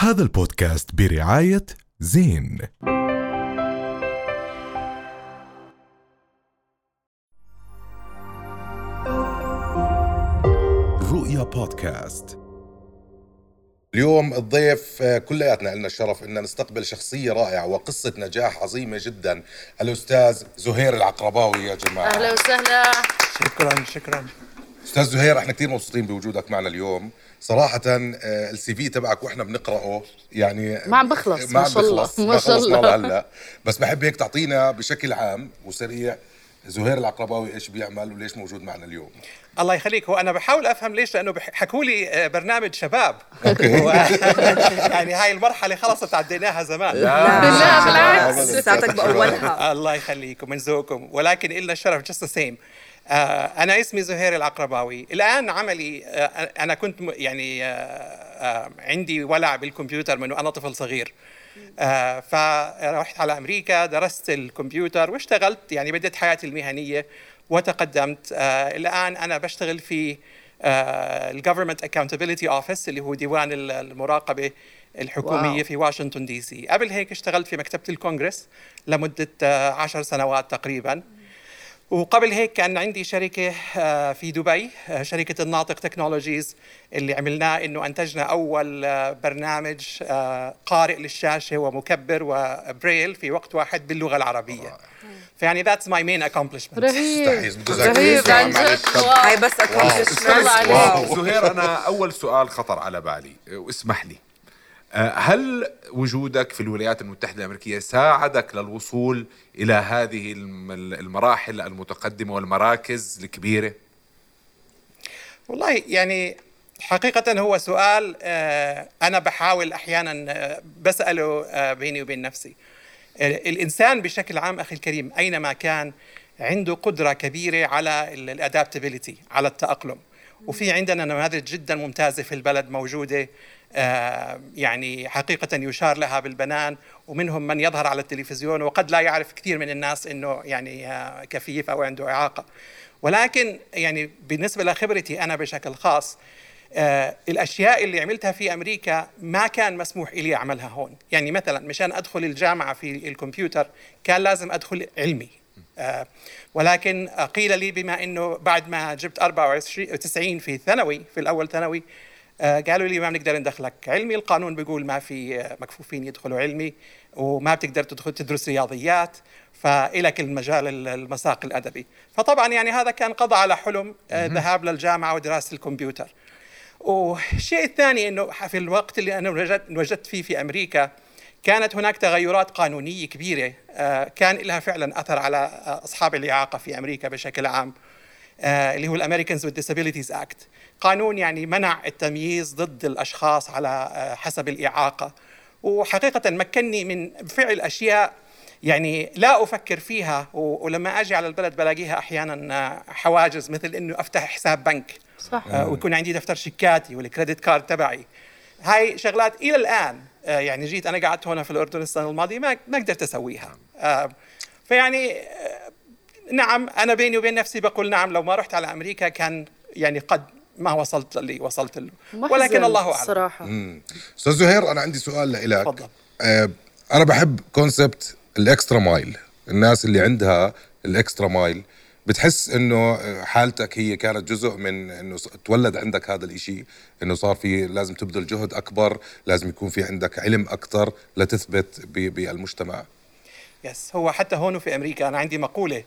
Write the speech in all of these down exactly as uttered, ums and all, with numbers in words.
هذا البودكاست برعاية زين. رؤيا بودكاست. اليوم الضيف كلياتنا لنا الشرف ان نستقبل شخصيه رائعه وقصه نجاح عظيمه جدا، الاستاذ زهير العقرباوي. يا جماعه اهلا وسهلا. شكرا شكرا استاذ زهير، احنا كثير مبسوطين بوجودك معنا اليوم صراحه. السي في تبعك واحنا بنقراه يعني ما عم بخلص ما ما شاء الله ما شاء الله. هلا بس بحب هيك تعطينا بشكل عام وسريع زهير العقرباوي ايش بيعمل وليش موجود معنا اليوم. الله يخليك. هو انا بحاول افهم ليش، لانه حكوا لي برنامج شباب. اوكي. يعني هاي المرحله خلص تعديناها زمان. لا بالعكس، ساعتك باولها. الله يخليكم من ذوقكم، ولكن إلنا الشرف just the same. آه انا اسمي زهير العقرباوي. الان عملي آه انا كنت يعني آه آه عندي ولع بالكمبيوتر من وانا طفل صغير. آه فرحت على امريكا، درست الكمبيوتر واشتغلت، يعني بديت حياتي المهنيه وتقدمت. آه الآن أنا بشتغل في آه الجوفرمنت اكاونتابيلتي اوفيس، اللي هو ديوان المراقبة الحكومية. واو. في واشنطن دي سي. قبل هيك اشتغلت في مكتبة الكونغرس لمدة آه عشر سنوات تقريبا. وقبل هيك كان عندي شركة آه في دبي، آه شركة الناطق تكنولوجيز، اللي عملناه إنه أنتجنا أول آه برنامج آه قارئ للشاشة ومكبر وبريل في وقت واحد باللغة العربية. فيعني that's my main accomplishment. رهيب رهيب عن جد. هاي بس accomplishment. زهير، أنا أول سؤال خطر على بالي واسمح لي، هل وجودك في الولايات المتحدة الأمريكية ساعدك للوصول إلى هذه المراحل المتقدمة والمراكز الكبيرة؟ والله يعني حقيقة هو سؤال أنا بحاول أحيانا بسأله بيني وبين نفسي. الإنسان بشكل عام أخي الكريم أينما كان عنده قدرة كبيرة على الادابتابيليتي، على التأقلم. وفي عندنا نماذج جدا ممتازة في البلد موجودة، آه يعني حقيقة يشار لها بالبنان، ومنهم من يظهر على التلفزيون وقد لا يعرف كثير من الناس إنه يعني آه كفيف أو عنده إعاقة. ولكن يعني بالنسبة لخبرتي أنا بشكل خاص، آه الأشياء اللي عملتها في أمريكا ما كان مسموح إلي أعملها هون. يعني مثلا مشان أدخل الجامعة في الكمبيوتر كان لازم أدخل علمي، آه ولكن قيل لي بما أنه بعد ما جبت أربعة وتسعين في ثانوي، في الأول ثانوي، آه قالوا لي ما بنقدر ندخلك علمي، القانون بيقول ما في مكفوفين يدخلوا علمي، وما بتقدر تدخل تدرس رياضيات، فإلك المجال المساق الأدبي. فطبعا يعني هذا كان قضى على حلم آه ذهاب للجامعة ودراسة الكمبيوتر. والشيء الثاني أنه في الوقت اللي أنا وجدت فيه في أمريكا كانت هناك تغيرات قانونية كبيرة كان لها فعلا أثر على أصحاب الإعاقة في أمريكا بشكل عام، اللي هو الأمريكانز with Disabilities Act. قانون يعني منع التمييز ضد الأشخاص على حسب الإعاقة. وحقيقة مكنني من فعل أشياء يعني لا أفكر فيها، ولما أجي على البلد بلاقيها أحيانا حواجز، مثل أنه أفتح حساب بنك، صح. آه ويكون عندي دفتر شيكاتي والكريدت كارد تبعي. هاي شغلات إلى الآن آه يعني جيت أنا قعدت هنا في الأردن السنة الماضية ما ما قدرت أسويها. آه فيعني آه نعم، أنا بيني وبين نفسي بقول نعم، لو ما رحت على أمريكا كان يعني قد ما وصلت اللي وصلت له، ولكن الله أعلم صراحة. أستاذ زهير، أنا عندي سؤال لإلك. تفضل. آه أنا بحب كونسبت الإكسترا مايل. الناس اللي عندها الإكسترا مايل بتحس إنه حالتك هي كانت جزء من إنه تولد عندك هذا الإشي، إنه صار في لازم تبذل جهد أكبر، لازم يكون في عندك علم أكتر لتثبت بالمجتمع. يس، هو حتى هون في أمريكا أنا عندي مقولة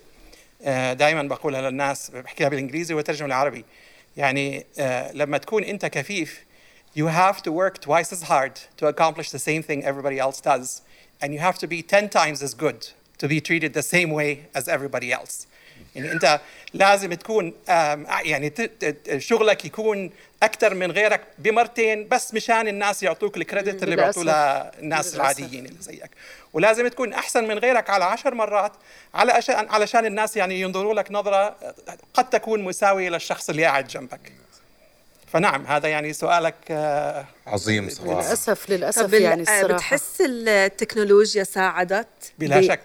دائما بقولها للناس، بحكيها بالإنجليزي وترجمة العربي. يعني لما تكون أنت كفيف you have to work twice as hard to accomplish the same thing everybody else does, and you have to be ten times as good to be treated the same way as everybody else. يعني أنت لازم تكون يعني شغلك يكون أكثر من غيرك بمرتين، بس مشان الناس يعطوك الكريدت اللي بيعطوا لها الناس العاديين اللي زيك. ولازم تكون أحسن من غيرك على عشر مرات علشان علشان الناس يعني ينظروا لك نظرة قد تكون مساوية للشخص اللي قاعد جنبك. فنعم هذا يعني سؤالك آه عظيم صراحة. للأسف للأسف يعني الصراحة. بتحس التكنولوجيا ساعدت؟ بلا شك.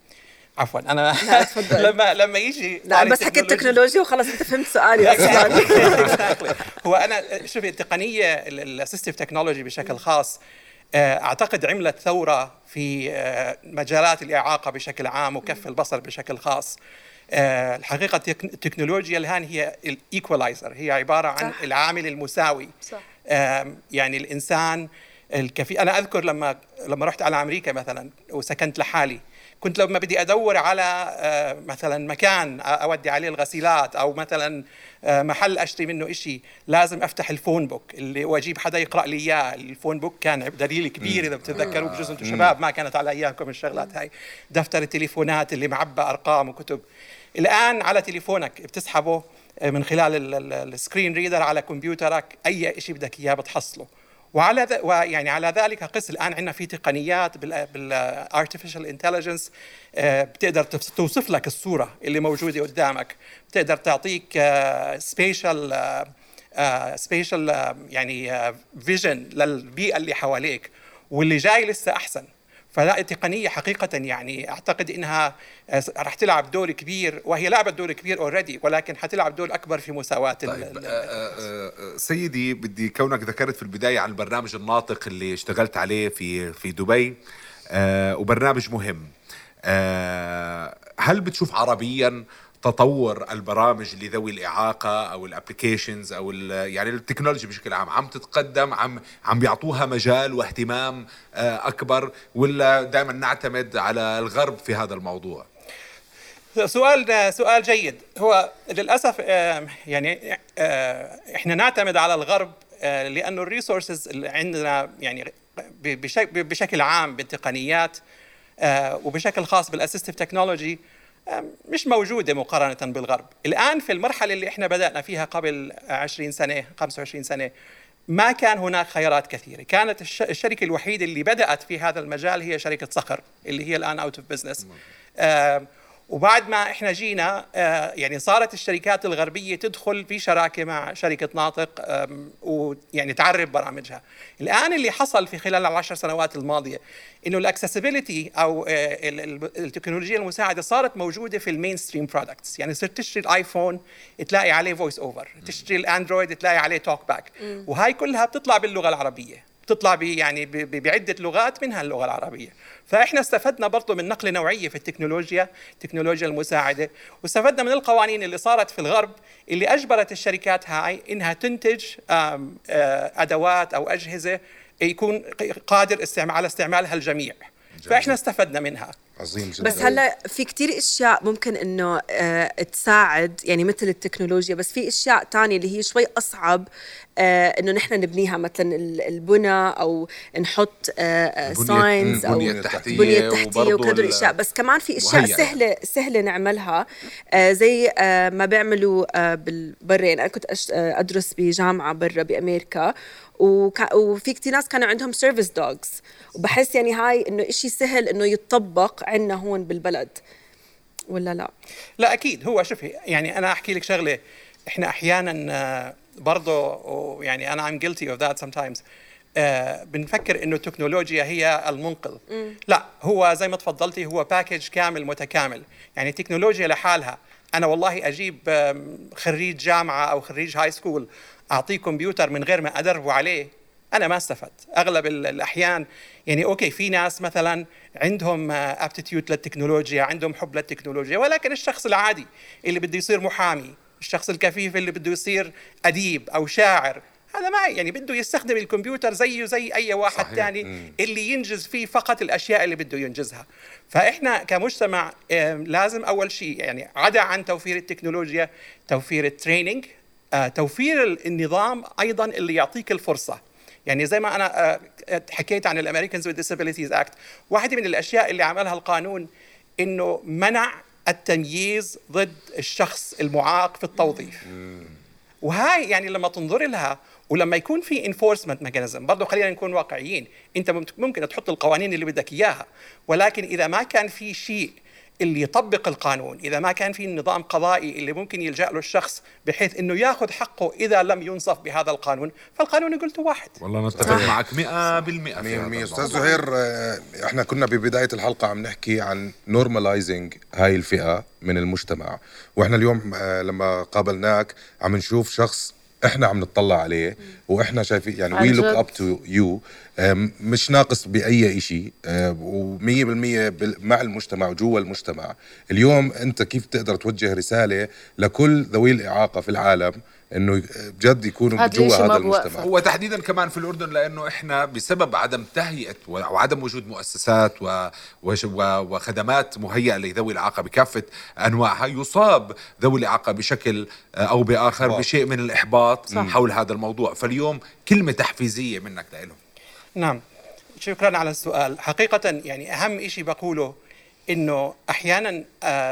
عفوا انا لما لما يجي لا بس حكيت تكنولوجيا وخلص انت فهمت سؤالي اصلا. هو انا شوفي التقنيه الاسيستيف تكنولوجي بشكل خاص أعتقد عملت ثورة في مجالات الإعاقة بشكل عام وكف البصر بشكل خاص. الحقيقة التكنولوجيا الآن هي الإيكولايزر، هي عبارة عن صح. العامل المساوي. صح. يعني الإنسان الكفي. أنا أذكر لما لما رحت على أمريكا مثلا وسكنت لحالي، كنت لما بدي أدور على مثلا مكان أودي عليه الغسيلات أو مثلا محل أشتري منه إشي، لازم أفتح الفون بوك اللي وأجيب حدا يقرأ لي إياه. الفون بوك كان دليل كبير إذا بتتذكروا بجوز أنتم شباب ما كانت على أيامكم الشغلات هاي. دفتر التليفونات اللي معبى أرقام وكتب. الآن على تليفونك بتسحبه من خلال السكرين ريدر على كمبيوترك، أي إشي بدك إياه بتحصله. وعلى ذ... ويعني على ذلك قس الآن عندنا في تقنيات بال بال artificial intelligence بتقدر توصف لك الصورة اللي موجودة قدامك، بتقدر تعطيك spatial spatial يعني vision للبيئة اللي حواليك، واللي جاي لسه أحسن. فلا التقنية حقيقة يعني أعتقد إنها رح تلعب دور كبير، وهي لعبت دور كبير أوريدي، ولكن حتلعب دور أكبر في مساواة. طيب سيدي، بدي كونك ذكرت في البداية عن البرنامج الناطق اللي اشتغلت عليه في في دبي، أه وبرنامج مهم. أه هل بتشوف عربيا تطور البرامج لذوي الإعاقة أو الابليكيشنز أو يعني التكنولوجيا بشكل عام عم تتقدم، عم عم بيعطوها مجال واهتمام أكبر، ولا دائما نعتمد على الغرب في هذا الموضوع؟ سؤال سؤال جيد. هو للأسف يعني إحنا نعتمد على الغرب لأنه الريسورسز اللي عندنا يعني بشكل عام بالتقنيات وبشكل خاص بالأسيستيف تكنولوجي مش موجودة مقارنة بالغرب. الآن في المرحلة اللي إحنا بدأنا فيها قبل عشرين سنة خمسة وعشرين سنة ما كان هناك خيارات كثيرة. كانت الشركة الوحيدة اللي بدأت في هذا المجال هي شركة صخر اللي هي الآن out of business. آه وبعد ما إحنا جينا آه يعني صارت الشركات الغربية تدخل في شراكة مع شركة ناطق ويعني تعرب برامجها. الآن اللي حصل في خلال العشر سنوات الماضية إنه الأكسسبيليتي أو آه التكنولوجيا المساعدة صارت موجودة في المين ستريم برودكتس. يعني صرت تشتري الآيفون تلاقي عليه فويس أوفر، تشتري الأندرويد تلاقي عليه توك باك، وهاي كلها بتطلع باللغة العربية، بتطلع بي يعني بعدة لغات منها اللغة العربية. فإحنا استفدنا برضو من نقلة نوعية في التكنولوجيا، التكنولوجيا المساعدة، واستفدنا من القوانين اللي صارت في الغرب اللي أجبرت الشركات هاي إنها تنتج أدوات أو أجهزة يكون قادر استعمال على استعمالها الجميع. فإحنا استفدنا منها. عظيم جدا. بس هلا في كتير اشياء ممكن انه اه تساعد يعني مثل التكنولوجيا، بس في اشياء تانية اللي هي شوي اصعب اه انه نحن نبنيها، مثلا البنى او نحط اه ساينز او بنية التحتية, بنية التحتية وكذا اشياء. بس كمان في اشياء سهله يعني. سهله نعملها اه زي اه ما بيعملوا اه بالبر. يعني انا كنت ادرس بجامعه برا بامريكا، وفي كتير ناس كانوا عندهم سيرفيس دوغز، وبحس يعني هاي انه اشي سهل انه يتطبق عندنا هون بالبلد، ولا لا؟ لا اكيد. هو شوفي يعني انا احكي لك شغله، احنا احيانا برضه يعني انا I'm guilty of that sometimes آه بنفكر انه التكنولوجيا هي المنقذ. م. لا، هو زي ما تفضلتي هو باكج كامل متكامل. يعني التكنولوجيا لحالها، انا والله اجيب خريج جامعه او خريج هاي سكول اعطيه كمبيوتر من غير ما ادربه عليه، انا ما استفدت اغلب الاحيان. يعني اوكي في ناس مثلا عندهم ابتيتيود للتكنولوجيا، عندهم حب للتكنولوجيا، ولكن الشخص العادي اللي بده يصير محامي، الشخص الكفيف اللي بده يصير اديب او شاعر، هذا ما يعني بده يستخدم الكمبيوتر زيه زي اي واحد ثاني اللي ينجز فيه فقط الاشياء اللي بده ينجزها. فاحنا كمجتمع لازم اول شيء يعني عدا عن توفير التكنولوجيا، توفير التريننج، توفير النظام ايضا اللي يعطيك الفرصه. يعني زي ما انا حكيت عن الامريكانز وذ ديسابيليتيز اكت، واحده من الاشياء اللي عملها القانون انه منع التمييز ضد الشخص المعاق في التوظيف. وهاي يعني لما تنظر لها ولما يكون في انفورسمنت ميكانيزم، برضه خلينا نكون واقعيين، انت ممكن تحط القوانين اللي بدك اياها، ولكن اذا ما كان في شيء اللي يطبق القانون، إذا ما كان في نظام قضائي اللي ممكن يلجأ له الشخص بحيث إنه يأخذ حقه إذا لم ينصف بهذا القانون، فالقانون قلت واحد. والله نتفق معك مئة بالمئة. مئة بالمئة. أستاذ زهير، إحنا كنا ببداية الحلقة عم نحكي عن normalizing هاي الفئة من المجتمع، وإحنا اليوم لما قابلناك عم نشوف شخص احنا عم نطلع عليه واحنا شايفين يعني وي لوك اب تو يو، مش ناقص باي شيء، ومية بالمية مع المجتمع وجوا المجتمع. اليوم انت كيف تقدر توجه رساله لكل ذوي الاعاقه في العالم انه بجد يكونوا جوا هذا المجتمع؟ هو تحديدا كمان في الاردن، لانه احنا بسبب عدم تهيئه وعدم وجود مؤسسات وخدمات مهيئه لذوي الاعاقه بكافه انواعها، يصاب ذوي الاعاقه بشكل او باخر واو. بشيء من الاحباط صح. حول هذا الموضوع. فاليوم كلمه تحفيزيه منك لهم. نعم، شكرا على السؤال. حقيقه يعني اهم شيء بقوله انه احيانا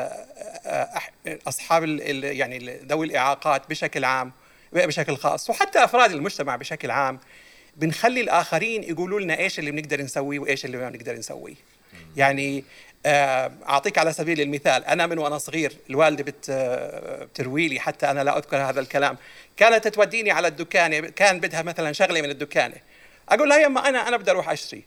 اصحاب يعني ذوي الاعاقات بشكل عام بشكل خاص وحتى افراد المجتمع بشكل عام بنخلي الاخرين يقولوا لنا ايش اللي بنقدر نسويه وايش اللي ما بنقدر نسويه. يعني اعطيك على سبيل المثال، انا من وانا صغير الوالده بت بتروي لي، حتى انا لا اذكر هذا الكلام، كانت توديني على الدكانه، كان بدها مثلا شغله من الدكانه، اقول لها يما انا انا بدي اروح اشتري،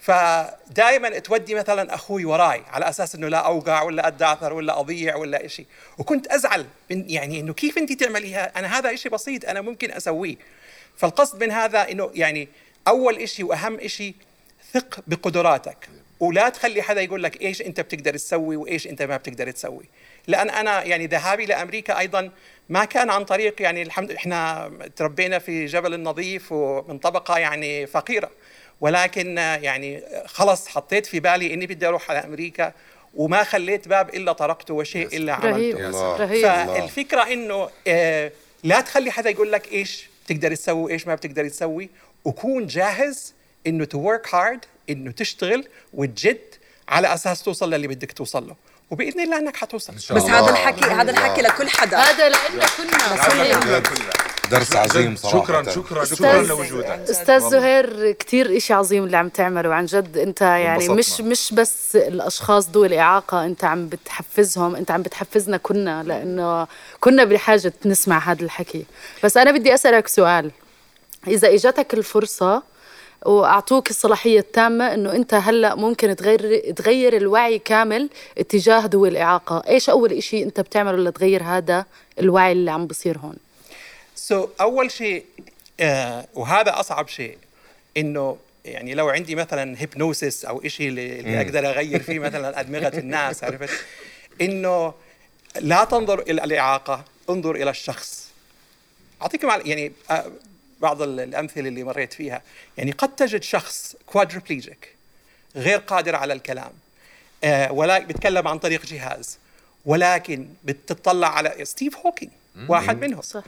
فدائما تودي مثلا اخوي وراي على اساس انه لا اوقع ولا اتداثر ولا اضيع ولا شيء، وكنت ازعل من يعني انه كيف انت تعمليها، انا هذا شيء بسيط انا ممكن اسويه. فالقصد من هذا انه يعني اول شيء واهم شيء ثق بقدراتك، ولا تخلي حدا يقول لك ايش انت بتقدر تسوي وايش انت ما بتقدر تسوي. لان انا يعني ذهابي لامريكا ايضا ما كان عن طريق يعني الحمد احنا تربينا في جبل النظيف ومن طبقه يعني فقيره، ولكن يعني خلص حطيت في بالي اني بدي اروح على امريكا وما خليت باب الا طرقته وشيء الا عملته. فالفكره انه آه لا تخلي حدا يقول لك ايش تقدر تسوي ايش ما بتقدر تسوي، وكون جاهز انه تو ورك هارد، انه تشتغل وتجد على اساس توصل للي بدك توصل له، وباذن الله انك حتوصل. بس هذا الحكي هذا الحكي لكل حدا، هذا لنا كلنا. درس عظيم صراحه. شكرا شكرا شكرا لوجودك استاذ زهير، كثير إشي عظيم اللي عم تعمله عن جد. انت يعني مش مش بس الاشخاص ذوي الاعاقه انت عم بتحفزهم، انت عم بتحفزنا كنا، لانه كنا بحاجه نسمع هذا الحكي. بس انا بدي اسالك سؤال، اذا اجتك الفرصه واعطوك الصلاحيه التامه انه انت هلا ممكن تغير تغير الوعي كامل اتجاه ذوي الاعاقه، ايش اول إشي انت بتعمله لتغير هذا الوعي اللي عم بصير هون؟ سو so, أول شيء آه وهذا أصعب شيء، إنه يعني لو عندي مثلا هيبنوسيس أو إشي اللي, اللي أقدر أغير فيه مثلا أدمغة الناس، عرفت؟ إنه لا تنظر إلى الإعاقة، انظر إلى الشخص. أعطيكم يعني آه بعض الأمثلة اللي مريت فيها. يعني قد تجد شخص كوادربليجيك غير قادر على الكلام، آه ولا بيتكلم عن طريق جهاز، ولكن بتطلع على ستيف هوكينج واحد منهم. صح.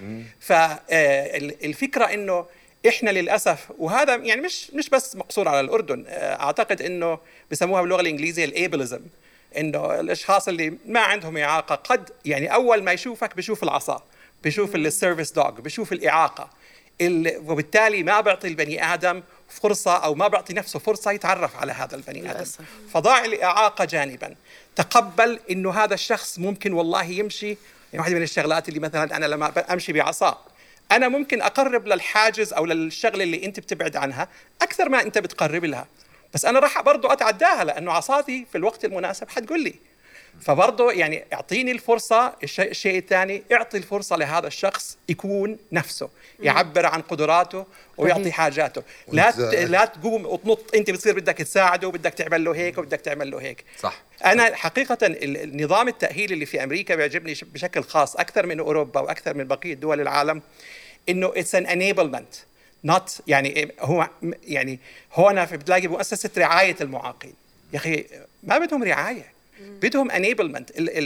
فالفكرة إنه إحنا للأسف، وهذا يعني مش مش بس مقصور على الأردن، أعتقد إنه بيسموها باللغة الإنجليزية الإيبلزم، إنه الأشخاص اللي ما عندهم إعاقة قد يعني أول ما يشوفك بيشوف العصا، بيشوف السيرفيس دوغ، بيشوف الإعاقة، وبالتالي ما بيعطي البني آدم فرصة أو ما بيعطي نفسه فرصة يتعرف على هذا البني آدم. فضاع الإعاقة جانبا، تقبل إنه هذا الشخص ممكن والله يمشي. يعني واحدة من الشغلات اللي مثلا أنا لما أمشي بعصا أنا ممكن أقرب للحاجز أو للشغلة اللي أنت بتبعد عنها أكثر ما أنت بتقرب لها، بس أنا راح برضو أتعداها لأنه عصاتي في الوقت المناسب حتقول لي. فبرضو يعني اعطيني الفرصة. الشيء, الشيء الثاني، اعطي الفرصة لهذا الشخص يكون نفسه، يعبر عن قدراته ويعطي حاجاته. لا لا تقوم وتنط انت بتصير بدك تساعده وبدك تعمل له هيك وبدك تعمل له هيك. صح. انا حقيقة النظام التأهيلي اللي في امريكا بيعجبني بشكل خاص اكثر من اوروبا واكثر من بقية دول العالم، انه it's an enablement not يعني هو يعني هون بتلاقي مؤسسة رعاية المعاقين. يا اخي ما بدهم رعاية، بدهم enablement.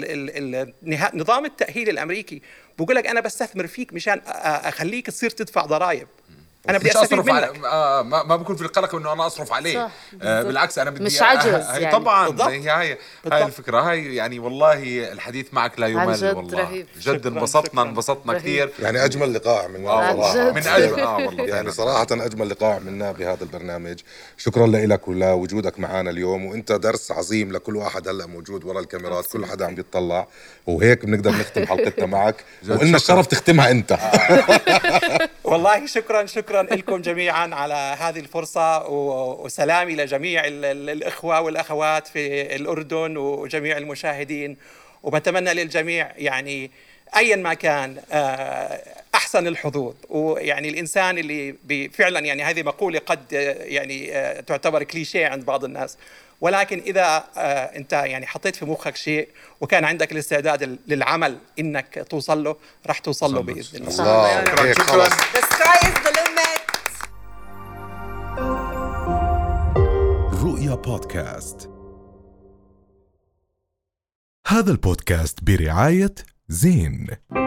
نظام التأهيل الأمريكي بقول لك أنا بستثمر فيك مشان أخليك تصير تدفع ضرائب. أنا بدي أصرف على آه ما, ما بكون في القلق إنه أنا أصرف عليه. آه بالعكس أنا بدي مش عجز آه يعني. طبعا هي هاي هاي الفكرة هاي. يعني والله الحديث معك لا يمل والله جد انبسطنا انبسطنا كثير. يعني أجمل لقاء عملناه من أجمل آه والله يعني صراحة أجمل لقاء عملناه بهذا البرنامج. شكرا لك ولوجودك معنا اليوم، وأنت درس عظيم لكل واحد هلا موجود ورا الكاميرات، كل حدا عم بيطلع، وهيك بنقدر نختم حلقتنا معك وقلنا الشرف تختمها أنت. والله شكرا شكرا لكم جميعا على هذه الفرصة، وسلامي لجميع الإخوة والأخوات في الأردن وجميع المشاهدين. وبتمنى للجميع يعني أيا ما كان أحسن الحظوظ. ويعني الإنسان اللي فعلا يعني هذه مقولة قد يعني تعتبر كليشيه عند بعض الناس، ولكن إذا أنت يعني حطيت في مخك شيء وكان عندك الاستعداد للعمل إنك توصل له، راح توصل له بإذن الله. الله شكرا. The sky is the limit. رؤيا بودكاست. هذا البودكاست برعاية زين.